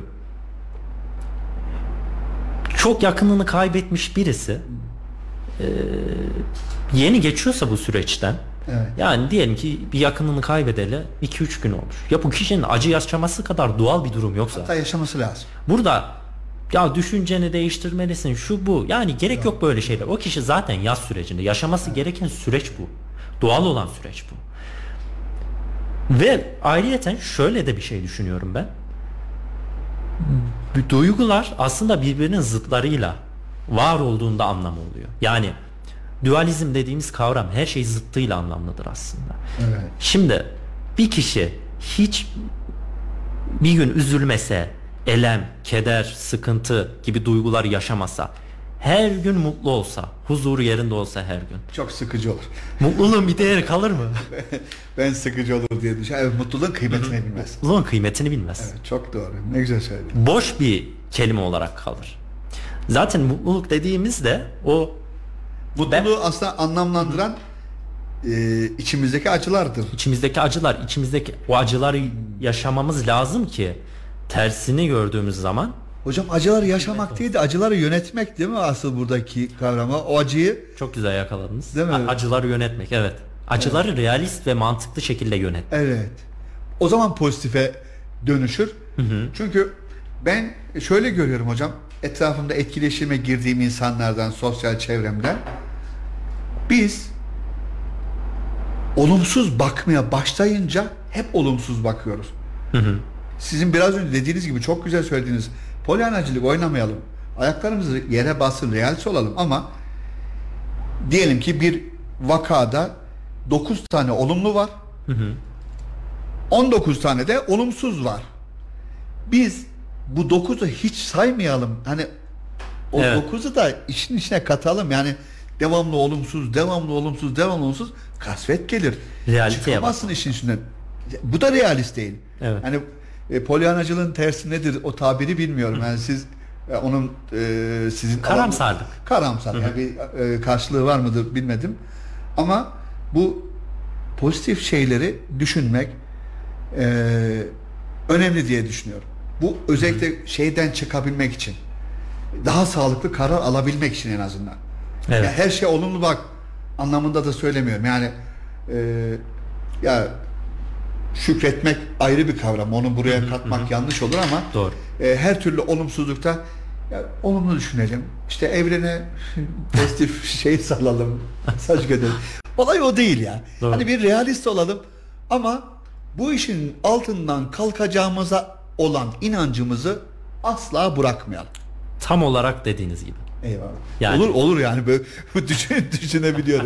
Çok yakınını kaybetmiş birisi e, yeni geçiyorsa bu süreçten, Evet. yani diyelim ki bir yakınını kaybedeli iki üç gün olmuş. Ya bu kişinin acı yaşaması kadar doğal bir durum yoksa. Hatta yaşaması lazım. Burada ya düşünceni değiştirmelisin şu bu. Yani gerek yok, yok böyle şeyler. O kişi zaten yaz sürecinde. Yaşaması evet. gereken süreç bu. Doğal olan süreç bu. Ve ayrıyeten şöyle de bir şey düşünüyorum ben. Duygular aslında birbirinin zıtlarıyla var olduğunda anlamı oluyor. Yani dualizm dediğimiz kavram her şey zıttıyla anlamlıdır aslında. Evet. Şimdi bir kişi hiç bir gün üzülmese, elem, keder, sıkıntı gibi duygular yaşamasa, her gün mutlu olsa, huzuru yerinde olsa her gün. Çok sıkıcı olur. Mutluluğun bir değeri kalır mı? Ben sıkıcı olur diye düşünüyorum. Evet, mutluluğun kıymetini bilmez. Mutluluğun kıymetini bilmez. Evet, çok doğru. Ne güzel söyledin. Boş bir kelime olarak kalır. Zaten mutluluk dediğimizde o mutluluğu ben, aslında anlamlandıran e, içimizdeki acılardır. İçimizdeki acılar, içimizdeki o acıları yaşamamız lazım ki tersini gördüğümüz zaman. Hocam acıları yaşamak değil de acıları yönetmek değil mi asıl buradaki kavrama? O acıyı çok güzel yakaladınız. Değil mi? Acıları yönetmek, evet. Acıları evet. realist ve mantıklı şekilde yönet. Evet. O zaman pozitife dönüşür. Hı hı. Çünkü ben şöyle görüyorum hocam. Etrafımda etkileşime girdiğim insanlardan, sosyal çevremden biz olumsuz bakmaya başlayınca hep olumsuz bakıyoruz. Hı hı. Sizin biraz önce dediğiniz gibi çok güzel söylediğiniz polyanacılık oynamayalım. Ayaklarımızı yere basın, realist olalım ama diyelim ki bir vakada dokuz tane olumlu var. Hı hı. on dokuz tane de olumsuz var. Biz bu dokuzu hiç saymayalım. Hani o evet. dokuzu da işin içine katalım. Yani devamlı olumsuz, devamlı olumsuz, devamlı olumsuz kasvet gelir. Realiteye çıkamazsın bak. işin içinden. Bu da realist değil. Evet. Hani e, polyanacılığın tersi nedir? O tabiri bilmiyorum. Yani siz e, onun e, sizin karamsarlık. Alanı, karamsar. Yani bir e, karşılığı var mıdır bilmedim. Ama bu pozitif şeyleri düşünmek e, önemli diye düşünüyorum. Bu özellikle Hı-hı. şeyden çıkabilmek için, daha sağlıklı karar alabilmek için en azından. Evet. Yani her şey olumlu bak anlamında da söylemiyorum. Yani e, ya şükretmek ayrı bir kavram. Onu buraya Hı-hı. katmak Hı-hı. yanlış olur ama doğru. E, her türlü olumsuzlukta ya, olumlu düşünelim. İşte evrene pozitif şey salalım. Saç gödelim. Olay o değil ya. Doğru. Hani bir realist olalım ama bu işin altından kalkacağımıza olan inancımızı asla bırakmayalım. Tam olarak dediğiniz gibi. Eyvallah. Yani, olur olur yani böyle düşün, düşünebiliyorum.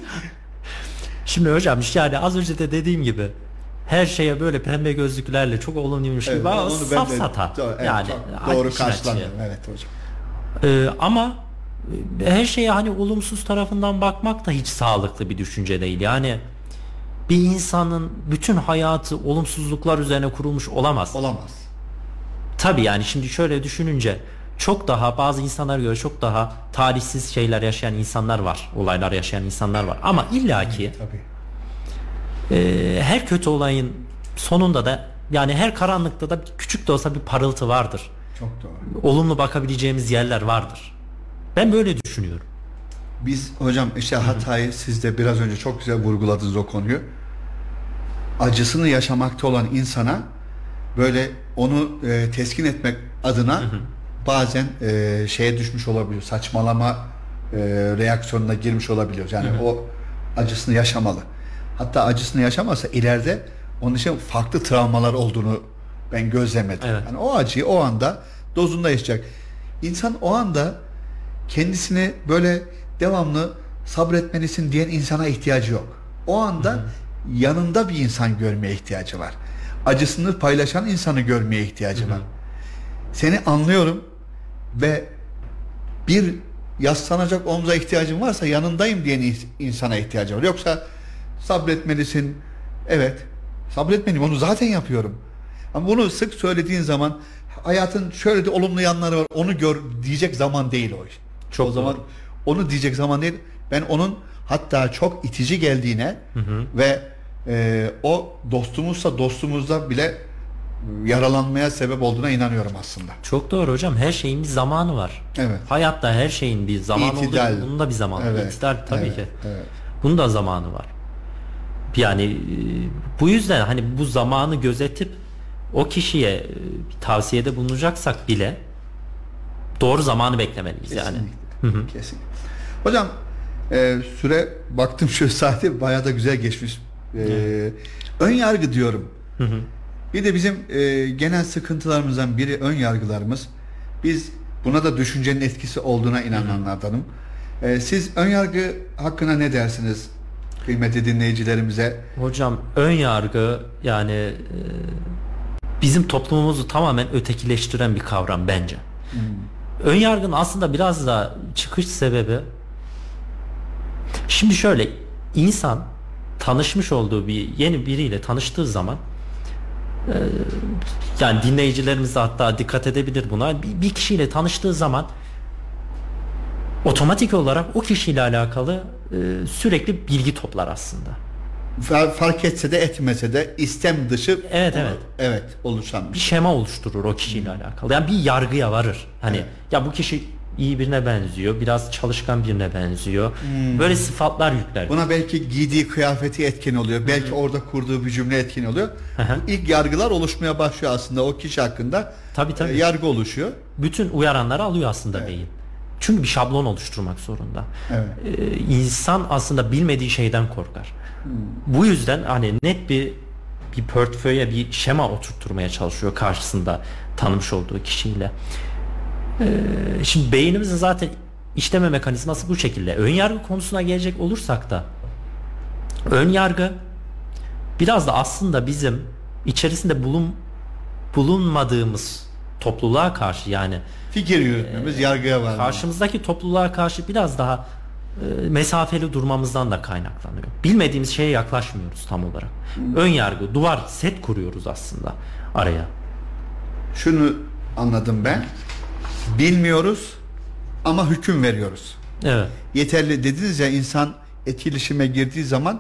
Şimdi hocam yani az önce de dediğim gibi her şeye böyle pembe gözlüklerle çok olumluymuş gibi evet, safsata. Evet, yani doğru karşılanıyor. Evet hocam. Ee, ama her şeye hani olumsuz tarafından bakmak da hiç sağlıklı bir düşünce değil. Yani bir insanın bütün hayatı olumsuzluklar üzerine kurulmuş olamaz. Olamaz. Tabii yani şimdi şöyle düşününce çok daha bazı insanlara göre çok daha talihsiz şeyler yaşayan insanlar var. Olaylar yaşayan insanlar var. Ama illaki tabii. E, her kötü olayın sonunda da yani her karanlıkta da küçük de olsa bir parıltı vardır. Çok doğru. Olumlu bakabileceğimiz yerler vardır. Ben böyle düşünüyorum. Biz hocam işte hatayı siz de biraz önce çok güzel vurguladınız o konuyu. Acısını yaşamakta olan insana böyle onu e, teskin etmek adına hı hı. bazen e, şeye düşmüş olabiliyor. Saçmalama e, reaksiyonuna girmiş olabiliyor. Yani hı hı. o acısını yaşamalı. Hatta acısını yaşamasa ileride onun için farklı travmalar olduğunu ben gözlemedim. Evet. Yani o acıyı o anda dozunda yaşayacak. İnsan o anda kendisini böyle devamlı sabretmelisin diyen insana ihtiyacı yok. O anda hı hı. yanında bir insan görmeye ihtiyacı var. Acısını paylaşan insanı görmeye ihtiyacı hı hı. var. Seni anlıyorum ve bir yaslanacak omza ihtiyacın varsa yanındayım diyen insana ihtiyacı var. Yoksa sabretmelisin. Evet, sabretmeliyim. Onu zaten yapıyorum. Ama bunu sık söylediğin zaman hayatın şöyle de olumlu yanları var. Onu gör diyecek zaman değil o iş. Çok o zaman doğru. onu diyecek zaman değil. Ben onun hatta çok itici geldiğine Hı hı. ve e, o dostumuzsa dostumuzda bile yaralanmaya sebep olduğuna inanıyorum aslında. Çok doğru hocam. Her şeyin bir zamanı var. Evet. Hayatta her şeyin bir zamanı İtidal. oluyor. Bunun da bir zamanı. Evet. İtidal tabii Evet. ki. Evet. Bunun da zamanı var. Yani e, bu yüzden hani bu zamanı gözetip o kişiye e, bir tavsiyede bulunacaksak bile doğru zamanı beklemeliyiz yani. Kesinlikle. Kesinlikle. Hocam e, süre baktım şu saate bayağı da güzel geçmiş. E, ön yargı diyorum. Hı hı. Bir de bizim e, genel sıkıntılarımızdan biri ön yargılarımız. Biz buna da düşüncenin etkisi olduğuna inananlardanım. E, siz ön yargı hakkında ne dersiniz kıymetli dinleyicilerimize? Hocam ön yargı yani e, bizim toplumumuzu tamamen ötekileştiren bir kavram bence. Hmm. Ön yargının aslında biraz da çıkış sebebi, şimdi şöyle, insan tanışmış olduğu bir yeni biriyle tanıştığı zaman e, yani dinleyicilerimiz de hatta dikkat edebilir buna, bir, bir kişiyle tanıştığı zaman otomatik olarak o kişiyle alakalı e, sürekli bilgi toplar aslında. Fark etse de etmese de istem dışı Evet, onu- evet. evet oluşan Bir bir şey. şema oluşturur o kişiyle alakalı. Yani bir yargıya varır. Hani Evet. ya bu kişi iyi birine benziyor, biraz çalışkan birine benziyor. Böyle sıfatlar yükler. Buna belki giydiği kıyafeti etkin oluyor. Belki orada kurduğu bir cümle etkin oluyor. hı. Bu ilk yargılar oluşmaya başlıyor aslında o kişi hakkında. Tabii, tabii. e, yargı oluşuyor. Bütün uyaranları alıyor aslında Evet. beyin. Çünkü bir şablon oluşturmak zorunda. Evet. Ee, insan aslında bilmediği şeyden korkar. Bu yüzden hani net bir bir portföye bir şema oturtturmaya çalışıyor karşısında tanımış olduğu kişiyle. Ee, şimdi beynimizin zaten işleme mekanizması bu şekilde. Ön yargı konusuna gelecek olursak da ön yargı biraz da aslında bizim içerisinde bulun bulunmadığımız topluluğa karşı, yani Fikir yürütmemiz yargıya var. karşımızdaki topluluğa karşı biraz daha e, mesafeli durmamızdan da kaynaklanıyor. Bilmediğimiz şeye yaklaşmıyoruz tam olarak. Ön yargı, duvar, set kuruyoruz aslında araya. Şunu anladım ben. Bilmiyoruz ama hüküm veriyoruz. Evet. Yeterli dediniz ya, insan etkileşime girdiği zaman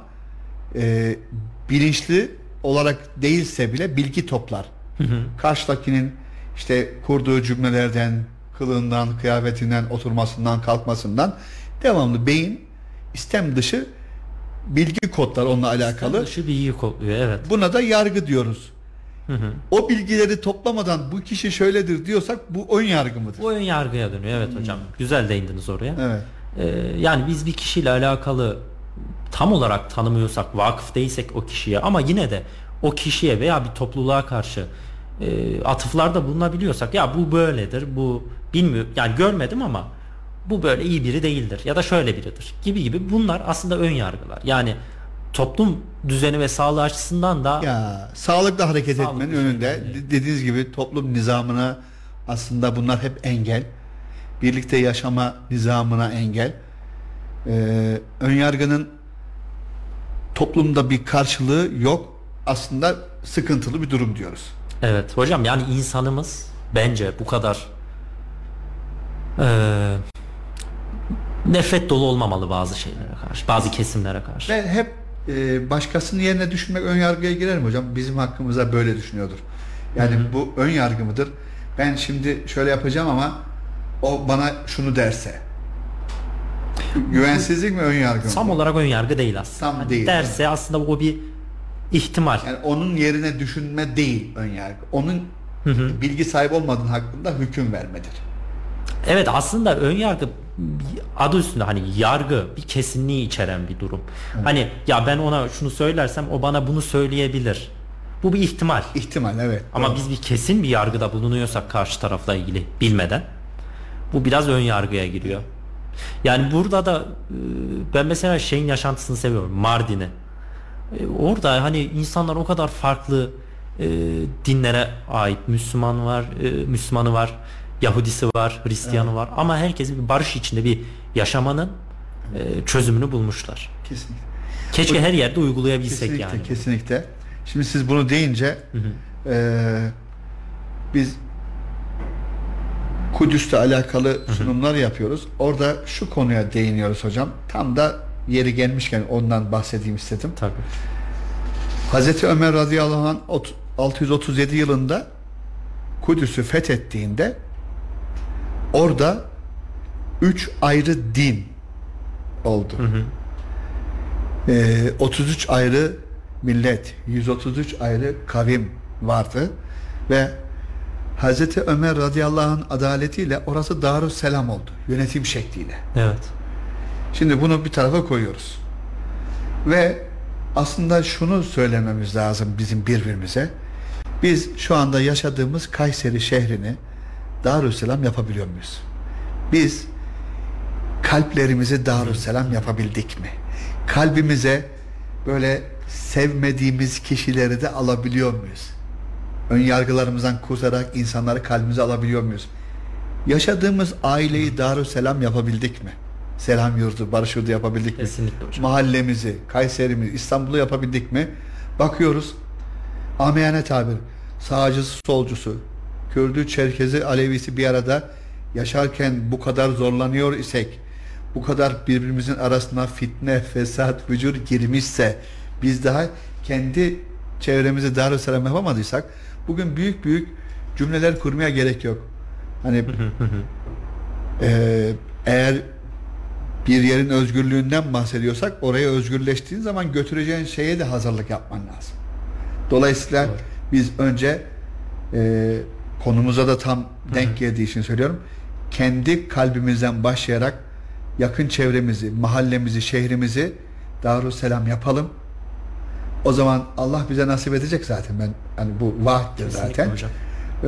e, bilinçli olarak değilse bile bilgi toplar. Hı hı. Karşıdakinin işte kurduğu cümlelerden, kılığından, kıyafetinden, oturmasından, kalkmasından devamlı beyin istem dışı bilgi kodlar onunla alakalı. Dışı bilgi kodluyor, evet. Buna da yargı diyoruz. Hı hı. O bilgileri toplamadan bu kişi şöyledir diyorsak bu ön yargı mıdır? Bu ön yargıya dönüyor, evet hocam. Güzel değindiniz oraya. Evet. Ee, yani biz bir kişiyle alakalı tam olarak tanımıyorsak, vakıf değilsek o kişiye, ama yine de o kişiye veya bir topluluğa karşı e, atıflarda bulunabiliyorsak, ya bu böyledir, bu bilmiyorum, yani görmedim ama bu böyle iyi biri değildir ya da şöyle biridir gibi gibi, bunlar aslında ön yargılar. Yani toplum düzeni ve sağlığı açısından da Ya sağlıklı hareket Sağlıklı etmenin önünde şekilde. de- dediğiniz gibi toplum nizamına aslında bunlar hep engel. Birlikte yaşama nizamına engel. Ee, önyargının toplumda bir karşılığı yok. Aslında sıkıntılı bir durum diyoruz. evet hocam, yani insanımız bence bu kadar e, nefret dolu olmamalı bazı şeylere karşı, bazı kesimlere karşı. Ve hep e, başkasının yerine düşünmek ön yargıya girer mi hocam? Bizim hakkımıza böyle düşünüyordur. Yani Hı hı. bu ön yargı mıdır? Ben şimdi şöyle yapacağım ama o bana şunu derse. Güvensizlik mi, ön yargı mı? Tam olarak ön yargı değil aslında. Tam Hani değil. derse aslında o bir ihtimal. Yani onun yerine düşünme değil ön yargı. Onun Hı hı. bilgi sahibi olmadığın hakkında hüküm vermedir. Evet, aslında ön yargı adı üstünde hani yargı, bir kesinliği içeren bir durum. Hani ya ben ona şunu söylersem o bana bunu söyleyebilir. Bu bir ihtimal. İhtimal, evet. Ama Doğru. biz bir kesin bir yargıda bulunuyorsak karşı tarafla ilgili bilmeden, bu biraz ön yargıya giriyor. Yani burada da e, ben mesela şeyin yaşantısını seviyorum, Mardin'i. E, Orada hani insanlar o kadar farklı e, dinlere ait, Müslüman var, e, Müslümanı var, Yahudisi var, Hristiyanı var, ama herkesin bir barış içinde bir yaşamanın e, çözümünü bulmuşlar. Kesinlikle. Keşke her yerde uygulayabilsek Kesinlikle, yani. kesinlikle. Şimdi siz bunu deyince Hı hı. e, biz Kudüs'le alakalı sunumlar yapıyoruz. Orada şu konuya değiniyoruz hocam. Tam da yeri gelmişken ondan bahsedeyim istedim. Tabii. Hazreti Ömer radıyallahu anh altı yüz otuz yedi yılında Kudüs'ü fethettiğinde orada üç ayrı din oldu. Hı hı. Ee, otuz üç ayrı millet, yüz otuz üç ayrı kavim vardı ve Hazreti Ömer radıyallahu anh adaletiyle orası Darüsselam oldu. Yönetim şekliyle. Evet. Şimdi bunu bir tarafa koyuyoruz. Ve aslında şunu söylememiz lazım bizim birbirimize. Biz şu anda yaşadığımız Kayseri şehrini Darüsselam yapabiliyor muyuz? Biz kalplerimizi Darüsselam yapabildik mi? Kalbimize böyle sevmediğimiz kişileri de alabiliyor muyuz? Ön yargılarımızdan kurtararak insanları kalbimize alabiliyor muyuz? Yaşadığımız aileyi Darüsselam yapabildik mi? Selam yurdu, barış yurdu yapabildik Kesinlikle mi? hocam. Mahallemizi, Kayseri'mizi, İstanbul'u yapabildik mi? Bakıyoruz, amiyane tabir, sağcısı, solcusu, Kürdü, Çerkezi, Alevisi bir arada yaşarken bu kadar zorlanıyor isek, bu kadar birbirimizin arasına fitne, fesat, vücur girmişse, biz daha kendi çevremizi Darüsselam yapamadıysak, bugün büyük büyük cümleler kurmaya gerek yok. Hani e, eğer bir yerin özgürlüğünden bahsediyorsak, oraya özgürleştiğin zaman götüreceğin şeye de hazırlık yapman lazım. Dolayısıyla evet. biz önce e, konumuza da tam denk Hı-hı. geldiği için söylüyorum. Kendi kalbimizden başlayarak yakın çevremizi, mahallemizi, şehrimizi Darüsselam yapalım. O zaman Allah bize nasip edecek zaten. Ben hani bu vaattir zaten. Hocam. Ee,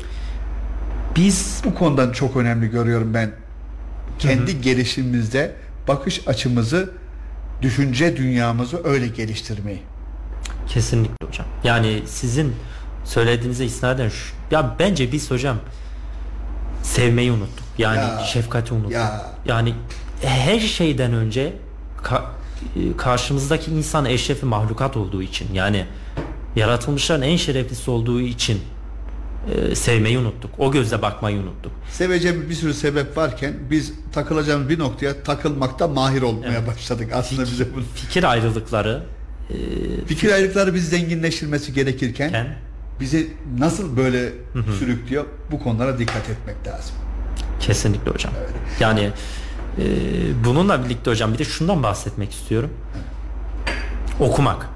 biz bu konudan çok önemli görüyorum ben. Kendi Hı-hı. gelişimimizde bakış açımızı, düşünce dünyamızı öyle geliştirmeyi. Kesinlikle hocam. Yani sizin söylediğinize isnaden şu, ya bence biz hocam sevmeyi unuttuk. Yani ya, şefkati unuttuk. Ya. Yani her şeyden önce ka- karşımızdaki insan eşrefi mahlukat olduğu için, yani yaratılmışların en şereflisi olduğu için e, sevmeyi unuttuk. O gözle bakmayı unuttuk. Seveceğimiz bir sürü sebep varken biz takılacağımız bir noktaya takılmakta mahir olmaya evet. başladık. Aslında Fik- bize bunu. Fikir ayrılıkları e, fikir ayrılıkları bizi zenginleştirmesi gerekirken ken, bizi nasıl böyle hı hı. sürüklüyor, bu konulara dikkat etmek lazım. Kesinlikle hocam. Evet. Yani e, bununla birlikte hocam bir de şundan bahsetmek istiyorum. Evet. Okumak.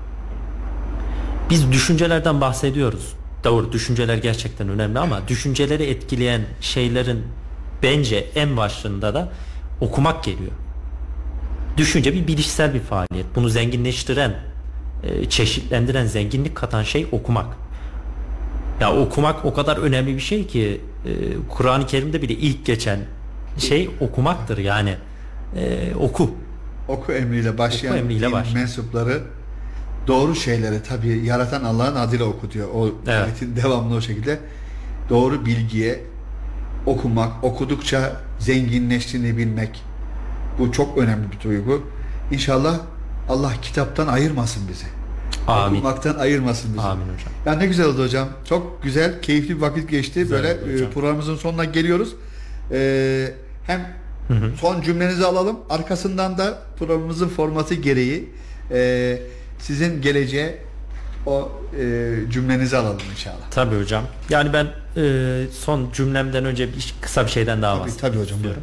Biz düşüncelerden bahsediyoruz. Doğru, düşünceler gerçekten önemli ama düşünceleri etkileyen şeylerin bence en başında da okumak geliyor. Düşünce bir bilişsel bir faaliyet. Bunu zenginleştiren, e, çeşitlendiren, zenginlik katan şey okumak. Ya okumak o kadar önemli bir şey ki e, Kur'an-ı Kerim'de bile ilk geçen şey okumaktır. Yani e, oku. Oku emriyle başlayan oku emriyle din başlayan. mensupları doğru şeyleri, tabii yaratan Allah'ın adıyla oku diyor. O evet. ayetin devamlı o şekilde doğru bilgiye okumak, okudukça zenginleştiğini bilmek, bu çok önemli bir duygu. İnşallah Allah kitaptan ayırmasın bizi. Amin. Okumaktan ayırmasın bizi. Amin hocam. Ya ne güzel oldu hocam. Çok güzel, keyifli bir vakit geçti. Güzel böyle e, programımızın sonuna geliyoruz. E, hem hı hı. son cümlenizi alalım. Arkasından da programımızın formatı gereği e, sizin geleceğe o e, cümlenizi alalım inşallah. Tabii hocam. Yani ben e, son cümlemden önce bir, kısa bir şeyden daha bahsetmek tabii, tabii hocam, istiyorum.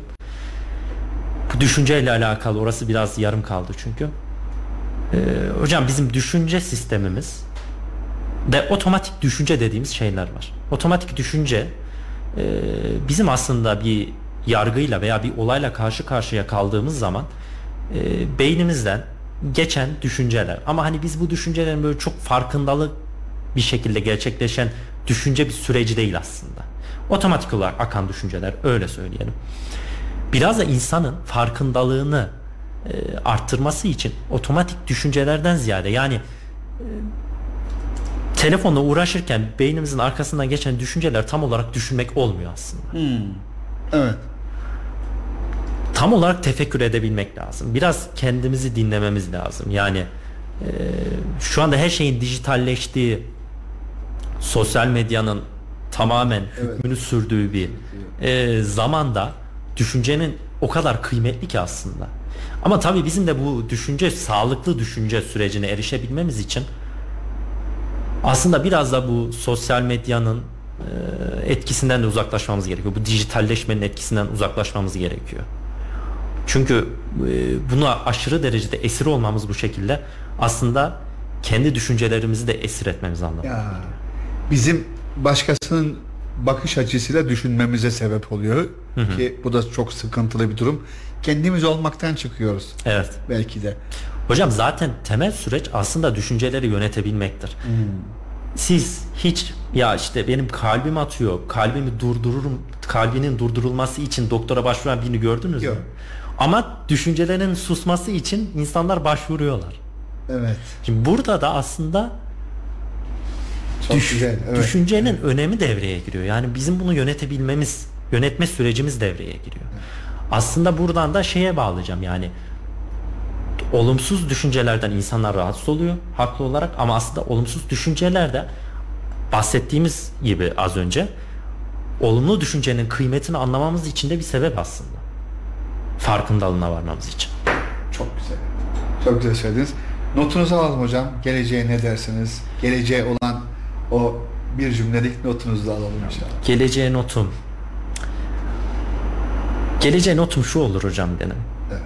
Bu düşünceyle alakalı, orası biraz yarım kaldı çünkü. Ee, hocam bizim düşünce sistemimiz de otomatik düşünce dediğimiz şeyler var. Otomatik düşünce e, bizim aslında bir yargıyla veya bir olayla karşı karşıya kaldığımız zaman e, beynimizden geçen düşünceler. Ama hani biz bu düşüncelerin böyle çok farkındalı bir şekilde gerçekleşen düşünce bir süreci değil aslında. Otomatik olarak akan düşünceler, öyle söyleyelim. Biraz da insanın farkındalığını e, arttırması için otomatik düşüncelerden ziyade, yani e, telefonla uğraşırken beynimizin arkasından geçen düşünceler tam olarak düşünmek olmuyor aslında. Hmm. Evet. Tam olarak tefekkür edebilmek lazım. Biraz kendimizi dinlememiz lazım. Yani e, şu anda her şeyin dijitalleştiği, sosyal medyanın tamamen Evet. hükmünü sürdüğü bir e, zamanda düşüncenin o kadar kıymetli ki aslında. Ama tabii bizim de bu düşünce, sağlıklı düşünce sürecine erişebilmemiz için aslında biraz da bu sosyal medyanın e, etkisinden de uzaklaşmamız gerekiyor. Bu dijitalleşmenin etkisinden uzaklaşmamız gerekiyor. Çünkü e, buna aşırı derecede esir olmamız bu şekilde aslında kendi düşüncelerimizi de esir etmemiz anlamına. Ya, bizim başkasının bakış açısıyla düşünmemize sebep oluyor. Hı hı. Ki bu da çok sıkıntılı bir durum. Kendimiz olmaktan çıkıyoruz. Evet. Belki de. Hocam zaten temel süreç aslında düşünceleri yönetebilmektir. Hmm. Siz hiç ya işte benim kalbim atıyor, kalbimi durdururum, kalbinin durdurulması için doktora başvuran birini gördünüz Yok. mü? Ama düşüncelerin susması için insanlar başvuruyorlar. Evet. Şimdi burada da aslında çok düş, güzel. Evet. düşüncenin evet. önemi devreye giriyor. Yani bizim bunu yönetebilmemiz, yönetme sürecimiz devreye giriyor. Evet. Aslında buradan da şeye bağlayacağım, yani olumsuz düşüncelerden insanlar rahatsız oluyor haklı olarak, ama aslında olumsuz düşünceler de bahsettiğimiz gibi az önce olumlu düşüncenin kıymetini anlamamız için de bir sebep aslında. Farkındalığına varmamız için. Çok güzel. Çok güzel söylediniz. Notunuzu alalım hocam. Geleceğe ne dersiniz? Geleceğe olan o bir cümlelik notunuzu da alalım inşallah. Geleceğe notum. Geleceğe notum şu olur hocam benim. Evet.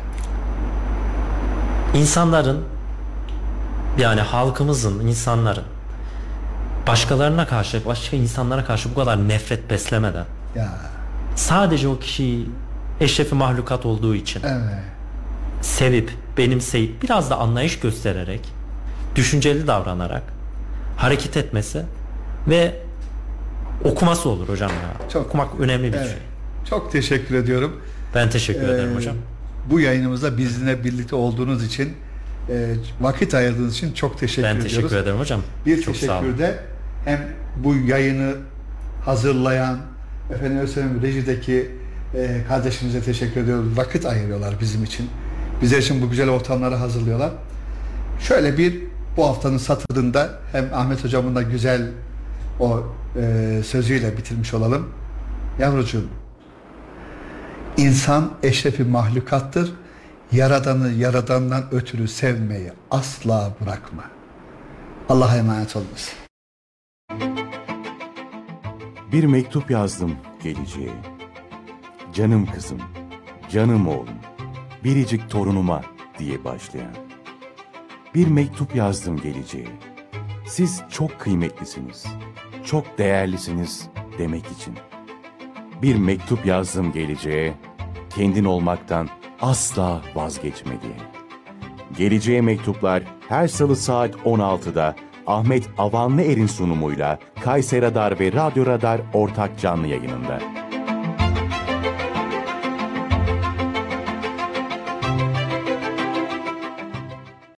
İnsanların, yani halkımızın, insanların başkalarına karşı, başka insanlara karşı bu kadar nefret beslemeden, ya. sadece o kişiyi eşrefi mahlukat olduğu için evet. sevip, benimseyip, biraz da anlayış göstererek, düşünceli davranarak hareket etmesi ve okuması olur hocam ya. Çok, okumak önemli bir evet. şey. Çok teşekkür ediyorum. Ben teşekkür ee, ederim hocam. Bu yayınımızda bizimle birlikte olduğunuz için, e, vakit ayırdığınız için çok teşekkür ben ediyoruz. Ben teşekkür ederim hocam. Bir çok teşekkür de hem bu yayını hazırlayan, efendim söyleyeyim, rejideki e, kardeşimize teşekkür ediyoruz. Vakit ayırıyorlar bizim için. Bizler için bu güzel ortamları hazırlıyorlar. Şöyle bir bu haftanın satırında hem Ahmet hocamın da güzel o e, sözüyle bitirmiş olalım. Yavrucuğum, İnsan eşrefi mahlukattır. Yaradanı yaradandan ötürü sevmeyi asla bırakma. Allah'a emanet olunuz. Bir mektup yazdım geleceğe. Canım kızım, canım oğlum, biricik torunuma diye başlayan. Bir mektup yazdım geleceğe. Siz çok kıymetlisiniz, çok değerlisiniz demek için. Bir mektup yazdım geleceğe, kendin olmaktan asla vazgeçme diye. Geleceğe mektuplar her salı saat on altıda Ahmet Avanlıer'in sunumuyla Kayser Radar ve Radyo Radar ortak canlı yayınında.